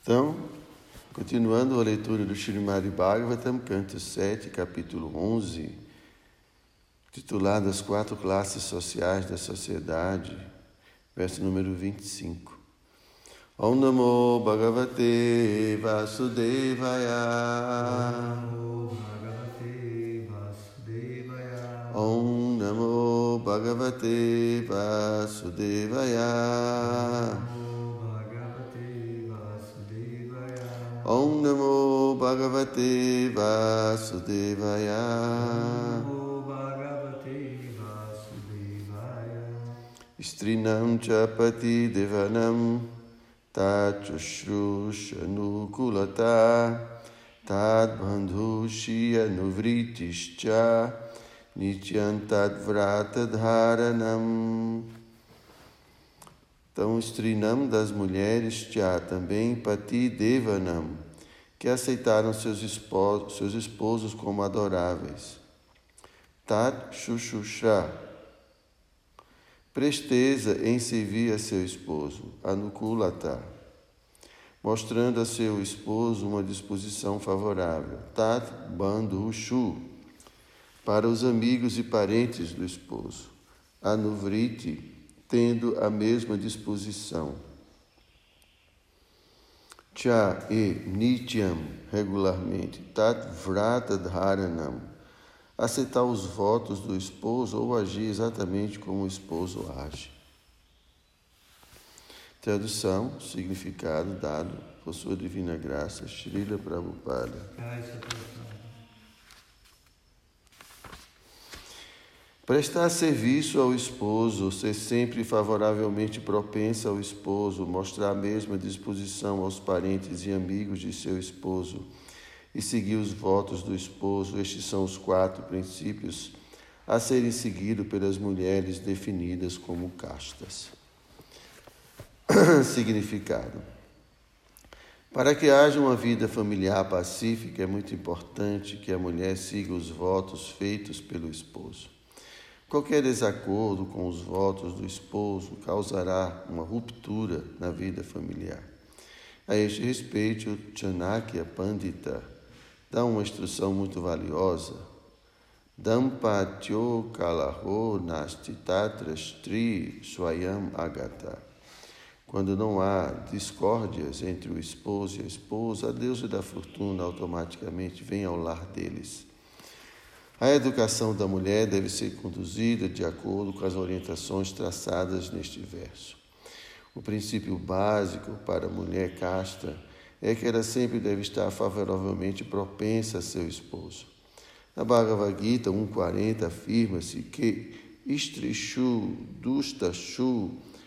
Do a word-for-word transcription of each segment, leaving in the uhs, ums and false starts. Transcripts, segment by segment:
Então, continuando a leitura do Srimad Bhagavatam, canto sete, capítulo onze, titulado As Quatro Classes Sociais da Sociedade, verso número vinte e cinco. Om Namo Bhagavate Vasudevaya. Om Namo Bhagavate Vasudevaya. Om Namo Bhagavate Vasudevaya. Strinam Chapati Devanam Tachushrushnukulata Tad Bandhushi Anuvritischa Nityan Tadvrata Dharanam. Então, Strinam das mulheres, Tya também, Pati Devanam, que aceitaram seus esposos, seus esposos como adoráveis. Tat Shushusha, presteza em servir a seu esposo, Anukulata, mostrando a seu esposo uma disposição favorável. Tat Bandhushu, para os amigos e parentes do esposo. Anuvriti, tendo a mesma disposição. Cha e Nityam, regularmente. Tat Vrata Dharanam, aceitar os votos do esposo ou agir exatamente como o esposo age. Tradução, significado dado por sua divina graça, Srila Prabhupada. Prestar serviço ao esposo, ser sempre favoravelmente propensa ao esposo, mostrar a mesma disposição aos parentes e amigos de seu esposo e seguir os votos do esposo, estes são os quatro princípios a serem seguidos pelas mulheres definidas como castas. Significado. Para que haja uma vida familiar pacífica, é muito importante que a mulher siga os votos feitos pelo esposo. Qualquer desacordo com os votos do esposo causará uma ruptura na vida familiar. A este respeito, o Chanakya Pandita dá uma instrução muito valiosa. Dampatyo kalaho nasti tatra stri swayam agata. Quando não há discórdias entre o esposo e a esposa, a deusa da fortuna automaticamente vem ao lar deles. A educação da mulher deve ser conduzida de acordo com as orientações traçadas neste verso. O princípio básico para a mulher casta é que ela sempre deve estar favoravelmente propensa a seu esposo. Na Bhagavad Gita um quarenta afirma-se que Istrishu Dustashu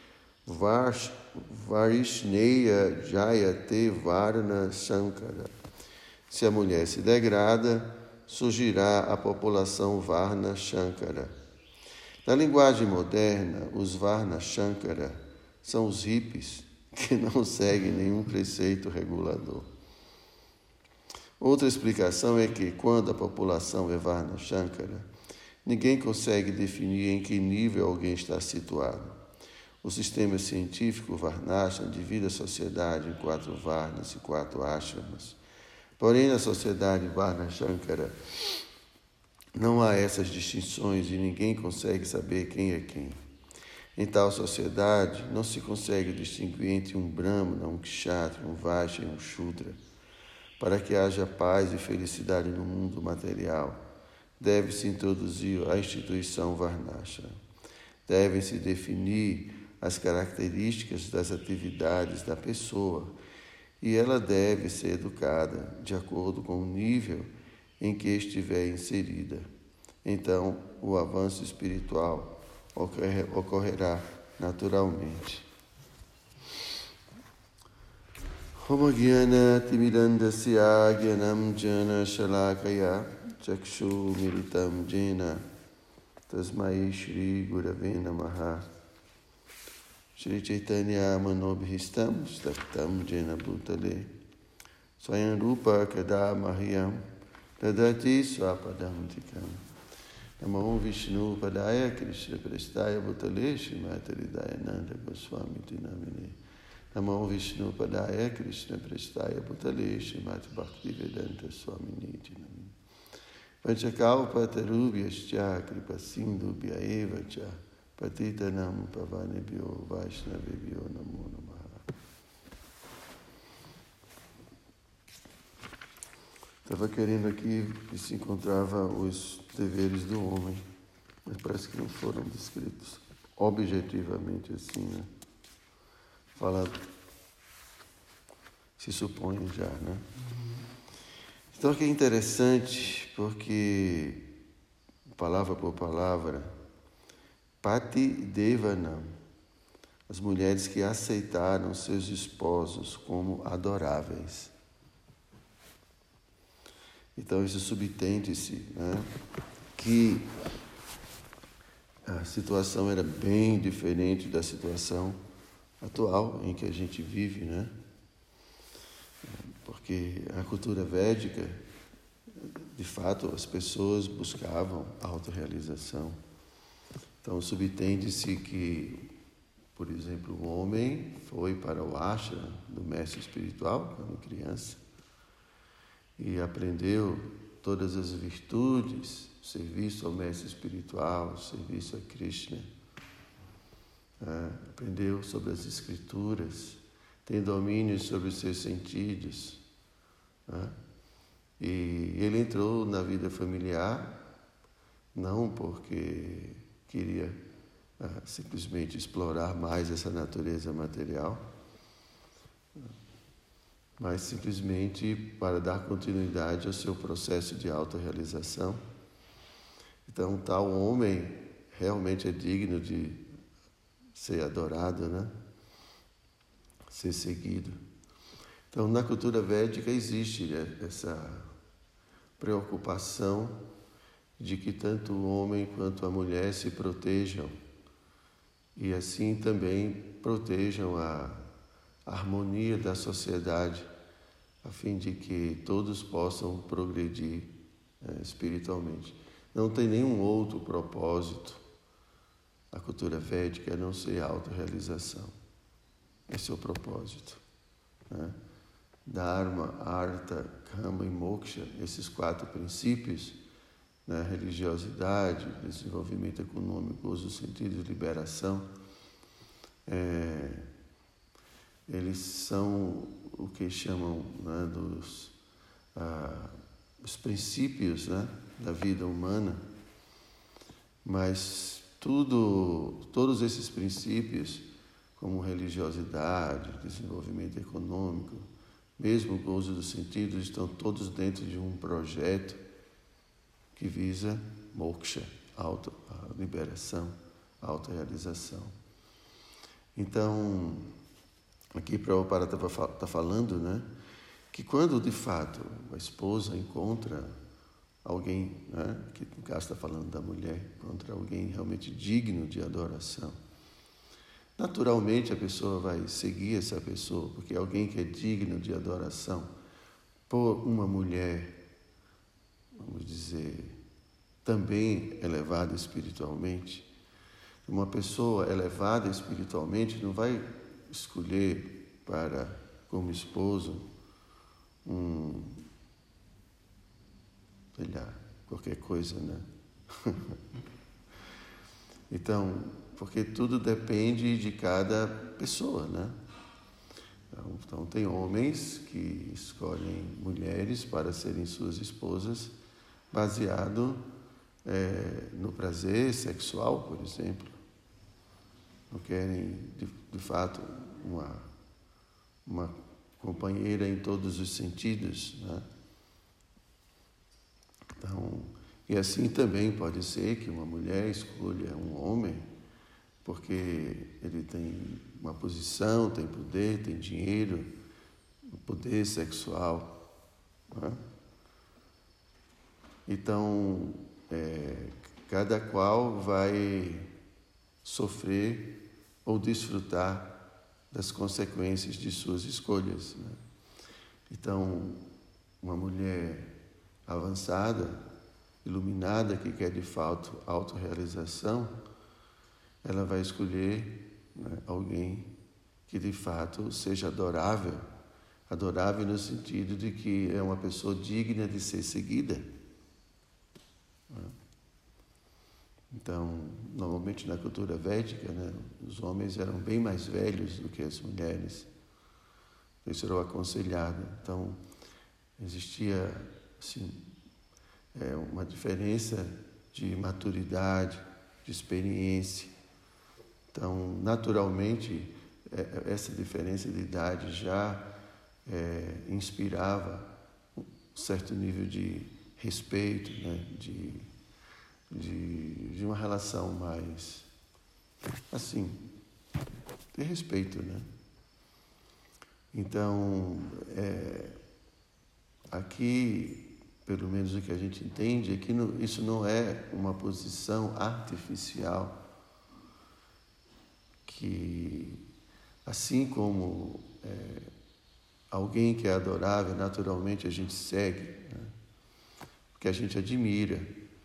Varishneya Jayate Varna Shankara. Se a mulher se degrada, surgirá a população Varna Shankara. Na linguagem moderna, os Varna Shankara são os hippies que não seguem nenhum preceito regulador. Outra explicação é que, quando a população é Varna Shankara, ninguém consegue definir em que nível alguém está situado. O sistema científico Varnashram divide a sociedade em quatro Varnas e quatro Ashramas. Porém, na sociedade Varna Shankara, não há essas distinções e ninguém consegue saber quem é quem. Em tal sociedade, não se consegue distinguir entre um Brahmana, um Kshatriya, um Vaishya e um Shudra. Para que haja paz e felicidade no mundo material, deve-se introduzir a instituição Varnashram. Devem-se definir as características das atividades da pessoa, e ela deve ser educada de acordo com o nível em que estiver inserida. Então, o avanço espiritual ocorrerá naturalmente. Om Gyana Timidandasya Gyanam Jana Shalakaya Chakshu Militam Jena Tasmai Shri Gurave Namaha. Shri Chaitanya Manobhistam Staktam Jena Bhutale Swayam Rupa Kada Mahyam Tadati Swapadam Tikam Namo Vishnu Padaya Krishna Prestaya Bhutale Shrimati Hridaya Nanda Goswami Tinamine Namo Vishnu Padaya Krishna Prestaya Bhutale Srimati Bhaktivedanta Swaminiti Namini Panchakalpa Tarubhyascha Kripa Sindhubhya Eva Cha Patitanam Pavanebhyo Vaishnavebhyo Namo Namaha. Estava querendo aqui que se encontrava os deveres do homem, mas parece que não foram descritos objetivamente assim, né? Falado, se supõe já, né? Então aqui é interessante porque, palavra por palavra, Pati Devanam, as mulheres que aceitaram seus esposos como adoráveis. Então isso subtende-se, né, que a situação era bem diferente da situação atual em que a gente vive, né? Porque a cultura védica, de fato, as pessoas buscavam autorrealização. Então, subtende-se que, por exemplo, o homem foi para o ashram do mestre espiritual, quando criança, e aprendeu todas as virtudes, serviço ao mestre espiritual, serviço a Krishna. Ah, aprendeu sobre as escrituras, tem domínio sobre os seus sentidos. Ah, e ele entrou na vida familiar não porque queria ah, simplesmente explorar mais essa natureza material, mas simplesmente para dar continuidade ao seu processo de autorrealização. Então, tal homem realmente é digno de ser adorado, né? Ser seguido. Então, na cultura védica existe, né, essa preocupação de que tanto o homem quanto a mulher se protejam e assim também protejam a harmonia da sociedade, a fim de que todos possam progredir, né, espiritualmente. Não tem nenhum outro propósito a cultura védica a não ser a autorrealização. Esse é o propósito, né? Dharma, Artha, Kama e Moksha, esses quatro princípios, né? Religiosidade, desenvolvimento econômico, uso dos sentidos, liberação, é, eles são o que chamam, né, dos ah, os princípios, né, da vida humana, mas tudo, todos esses princípios, como religiosidade, desenvolvimento econômico, mesmo com o uso dos sentidos, estão todos dentro de um projeto que visa moksha, auto, a liberação, a autorrealização. Então, aqui Prabhupada está falando, né, que quando de fato a esposa encontra alguém, né, que no caso está falando da mulher, encontra alguém realmente digno de adoração, naturalmente a pessoa vai seguir essa pessoa, porque alguém que é digno de adoração por uma mulher, vamos dizer, também elevada espiritualmente, uma pessoa elevada espiritualmente não vai escolher para, como esposo, um, sei lá, qualquer coisa, né? Então, porque tudo depende de cada pessoa, né? Então, então, tem homens que escolhem mulheres para serem suas esposas baseado é, no prazer sexual, por exemplo. Não querem, de, de fato, uma, uma companheira em todos os sentidos, né? Então, e assim também pode ser que uma mulher escolha um homem porque ele tem uma posição, tem poder, tem dinheiro, poder sexual, né? Então, é, cada qual vai sofrer ou desfrutar das consequências de suas escolhas, né? Então, uma mulher avançada, iluminada, que quer de fato autorrealização, ela vai escolher, né, alguém que que de fato seja adorável, adorável no sentido de que é uma pessoa digna de ser seguida. Então, normalmente na cultura védica, né, os homens eram bem mais velhos do que as mulheres. Isso era o aconselhado. Então, existia assim, é, uma diferença de maturidade, de experiência. Então, naturalmente, é, essa diferença de idade já é, inspirava um certo nível de respeito, né, de, de, de uma relação mais, assim, de respeito, né? Então, é, aqui, pelo menos o que a gente entende, é que não, isso não é uma posição artificial, que, assim como é, alguém que é adorável, naturalmente a gente segue, né? Porque a gente admira.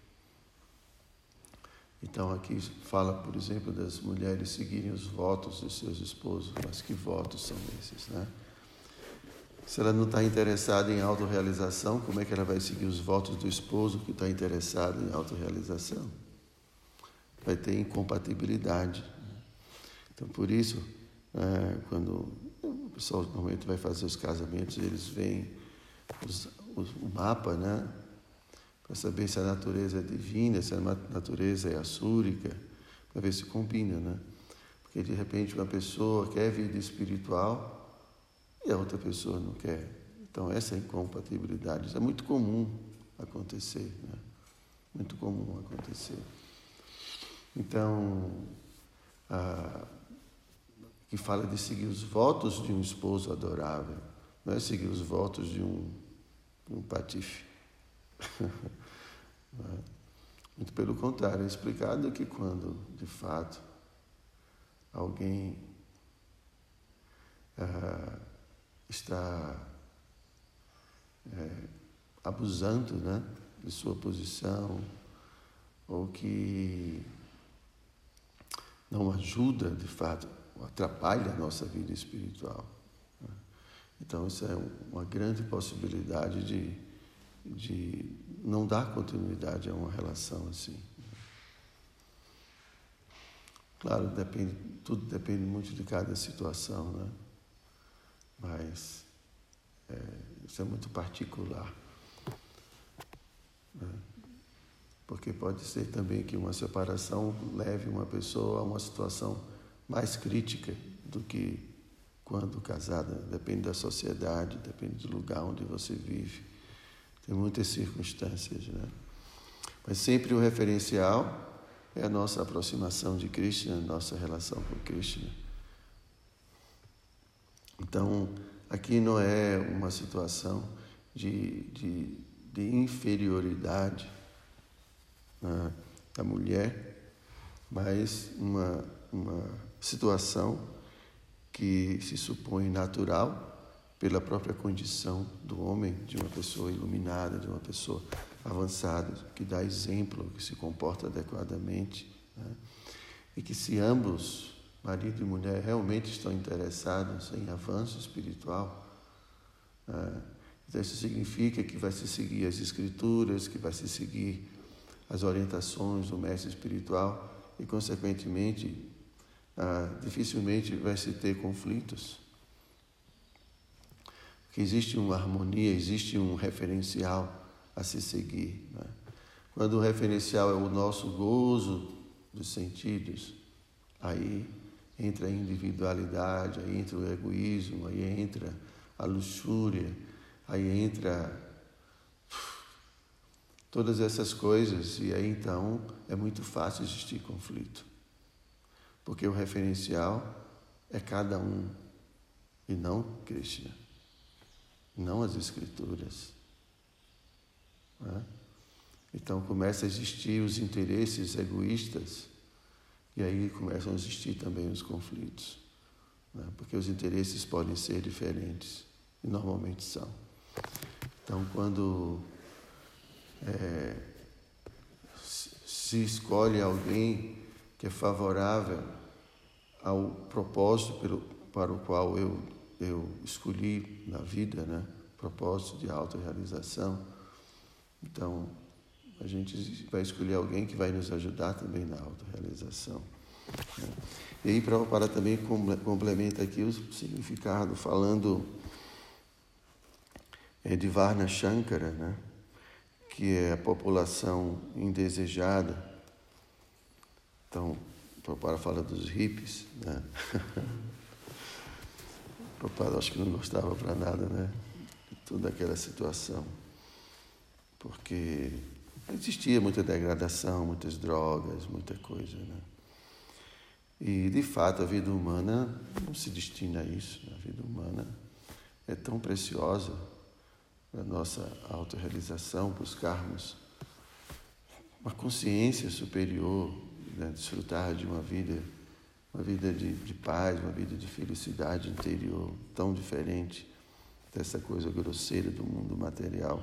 Então, aqui fala, por exemplo, das mulheres seguirem os votos dos seus esposos, mas que votos são esses, né? Se ela não está interessada em autorrealização, como é que ela vai seguir os votos do esposo que está interessado em autorrealização? Vai ter incompatibilidade. Então, por isso, é, quando o pessoal normalmente vai fazer os casamentos, eles veem os, os, o mapa, né? Para saber se a natureza é divina, se a natureza é assúrica, para ver se combina, né? Porque, de repente, uma pessoa quer vida espiritual e a outra pessoa não quer. Então, essa incompatibilidade, isso é muito comum acontecer, né? Muito comum acontecer. Então, a, que fala de seguir os votos de um esposo adorável, não é seguir os votos de um, um patife. Muito pelo contrário, é explicado que quando, de fato, alguém ah, está é, abusando, né, de sua posição, ou que não ajuda, de fato, ou atrapalha a nossa vida espiritual, né? Então, isso é uma grande possibilidade de, de não dar continuidade a uma relação assim. Claro, depende, tudo depende muito de cada situação, né? Mas é, isso é muito particular, né? Porque pode ser também que uma separação leve uma pessoa a uma situação mais crítica do que quando casada. Depende da sociedade, depende do lugar onde você vive. Tem muitas circunstâncias, né? Mas sempre o referencial é a nossa aproximação de Krishna, a nossa relação com Krishna. Então, aqui não é uma situação de, de, de inferioridade, né, da mulher, mas uma, uma situação que se supõe natural pela própria condição do homem, de uma pessoa iluminada, de uma pessoa avançada, que dá exemplo, que se comporta adequadamente, né? E que se ambos, marido e mulher, realmente estão interessados em avanço espiritual, né? Então isso significa que vai se seguir as escrituras, que vai se seguir as orientações do mestre espiritual e, consequentemente, ah, dificilmente vai se ter conflitos. Porque existe uma harmonia, existe um referencial a se seguir, né? Quando o referencial é o nosso gozo dos sentidos, aí entra a individualidade, aí entra o egoísmo, aí entra a luxúria, aí entra todas essas coisas, e aí então é muito fácil existir conflito. Porque o referencial é cada um, e não Krishna, não as escrituras, né? Então começa a existir os interesses egoístas, e aí começam a existir também os conflitos, né? Porque os interesses podem ser diferentes, e normalmente são. Então, quando é, se escolhe alguém que é favorável ao propósito pelo, para o qual eu, eu escolhi na vida, né? Propósito de autorrealização. Então, a gente vai escolher alguém que vai nos ajudar também na autorrealização. Né? E aí, Prabhupada também complementa aqui o significado, falando é, de Varna Shankara, né? Que é a população indesejada. Então, o Prabhupada fala dos hippies, né? O Prabhupada acho que não gostava para nada, né? De toda aquela situação. Porque existia muita degradação, muitas drogas, muita coisa, né? E, de fato, a vida humana não se destina a isso. A vida humana é tão preciosa para a nossa autorrealização, buscarmos uma consciência superior, né? Desfrutar de uma vida, uma vida de, de paz, uma vida de felicidade interior, tão diferente dessa coisa grosseira do mundo material.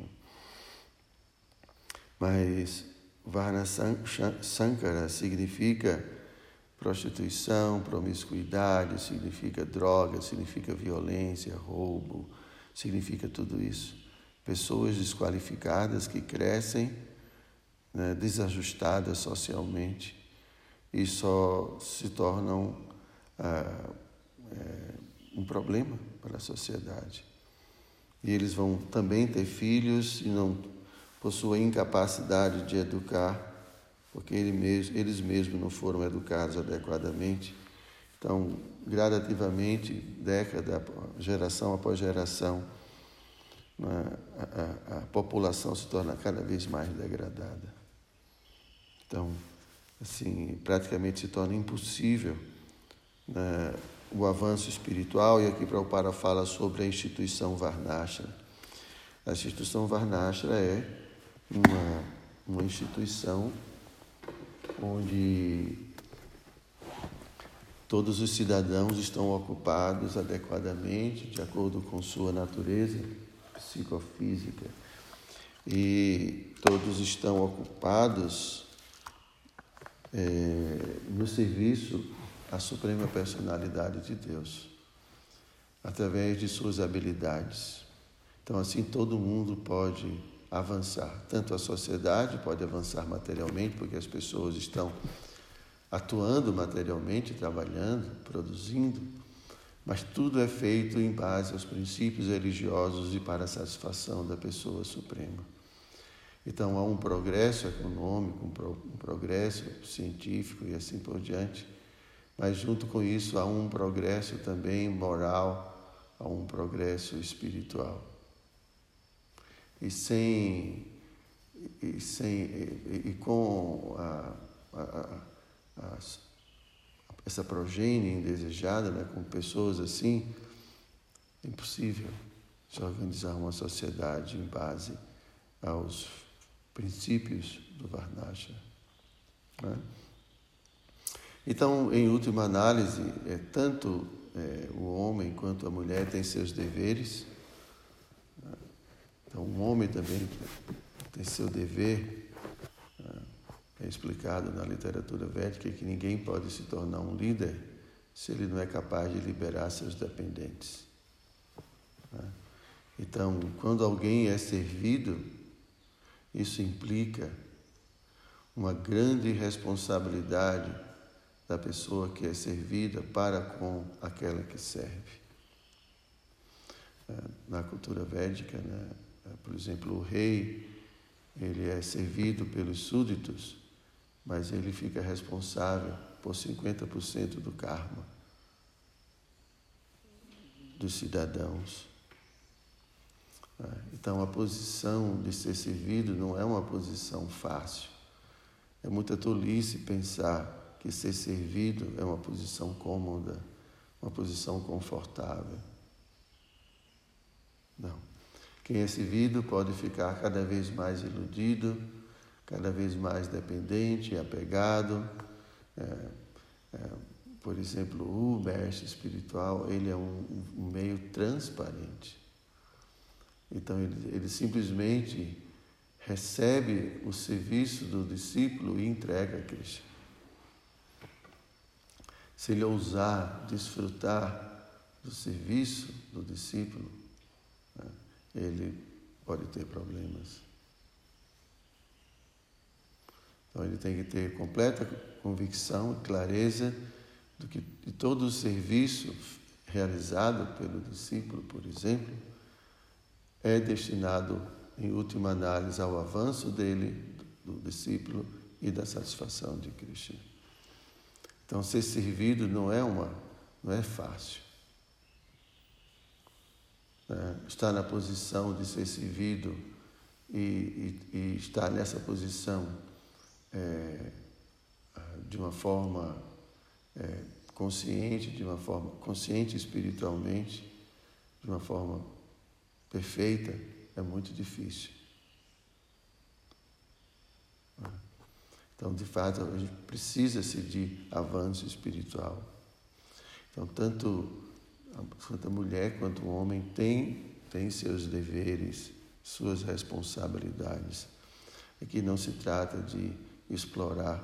Mas Varna Shankara significa prostituição, promiscuidade, significa droga, significa violência, roubo, significa tudo isso. Pessoas desqualificadas que crescem, né, desajustadas socialmente e só se tornam ah, é, um problema para a sociedade. E eles vão também ter filhos e não possuem incapacidade de educar, porque ele mesmo, eles mesmos não foram educados adequadamente. Então, gradativamente, década, geração após geração, a, a, a população se torna cada vez mais degradada. Então, assim, praticamente se torna impossível, né, o avanço espiritual. E aqui Prabhupada fala sobre a instituição Varnashra. A instituição Varnashra é uma, uma instituição onde todos os cidadãos estão ocupados adequadamente, de acordo com sua natureza psicofísica, e todos estão ocupados é, no serviço à Suprema Personalidade de Deus, através de suas habilidades. Então, assim, todo mundo pode avançar. Tanto a sociedade pode avançar materialmente, porque as pessoas estão atuando materialmente, trabalhando, produzindo, mas tudo é feito em base aos princípios religiosos e para a satisfação da pessoa suprema. Então, há um progresso econômico, um, pro, um progresso científico e assim por diante, mas junto com isso há um progresso também moral, há um progresso espiritual. E sem, e, sem, e, e com a, a, a, a, essa progênie indesejada, né, com pessoas assim, é impossível se organizar uma sociedade em base aos princípios do Varnashra, né? Então, em última análise, é, tanto é, o homem quanto a mulher têm seus deveres. Então, o homem também tem seu dever. É explicado na literatura védica que ninguém pode se tornar um líder se ele não é capaz de liberar seus dependentes. Então, quando alguém é servido, isso implica uma grande responsabilidade da pessoa que é servida para com aquela que serve. Na cultura védica, né, por exemplo, o rei, ele é servido pelos súditos, mas ele fica responsável por cinquenta por cento do karma dos cidadãos. Então, a posição de ser servido não é uma posição fácil. É muita tolice pensar que ser servido é uma posição cômoda, uma posição confortável. Não. Quem é servido pode ficar cada vez mais iludido, cada vez mais dependente, apegado. É, é, por exemplo, o mestre espiritual, ele é um, um meio transparente. Então, ele, ele simplesmente recebe o serviço do discípulo e entrega a Krishna. se ele ousar desfrutar do serviço do discípulo, né, ele pode ter problemas. Então ele tem que ter completa convicção e clareza do que de todo o serviço realizado pelo discípulo, por exemplo, é destinado, em última análise, ao avanço dele, do discípulo, e da satisfação de Krishna. Então, ser servido não é uma, não é fácil. É, estar na posição de ser servido e, e, e estar nessa posição é, de uma forma é, consciente, de uma forma consciente espiritualmente, de uma forma perfeita, é muito difícil. Então, de fato, a gente precisa-se de avanço espiritual. Então, tanto a mulher quanto o homem têm, têm seus deveres, suas responsabilidades. Aqui não se trata de explorar.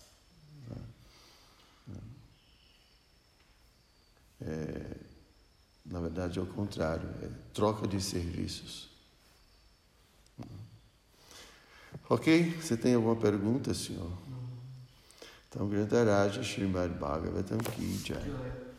É, na verdade, é o contrário, é troca de serviços. Ok? Você tem alguma pergunta, senhor? Então, Grantaraja Srimad Bhagavatam Ki Jai.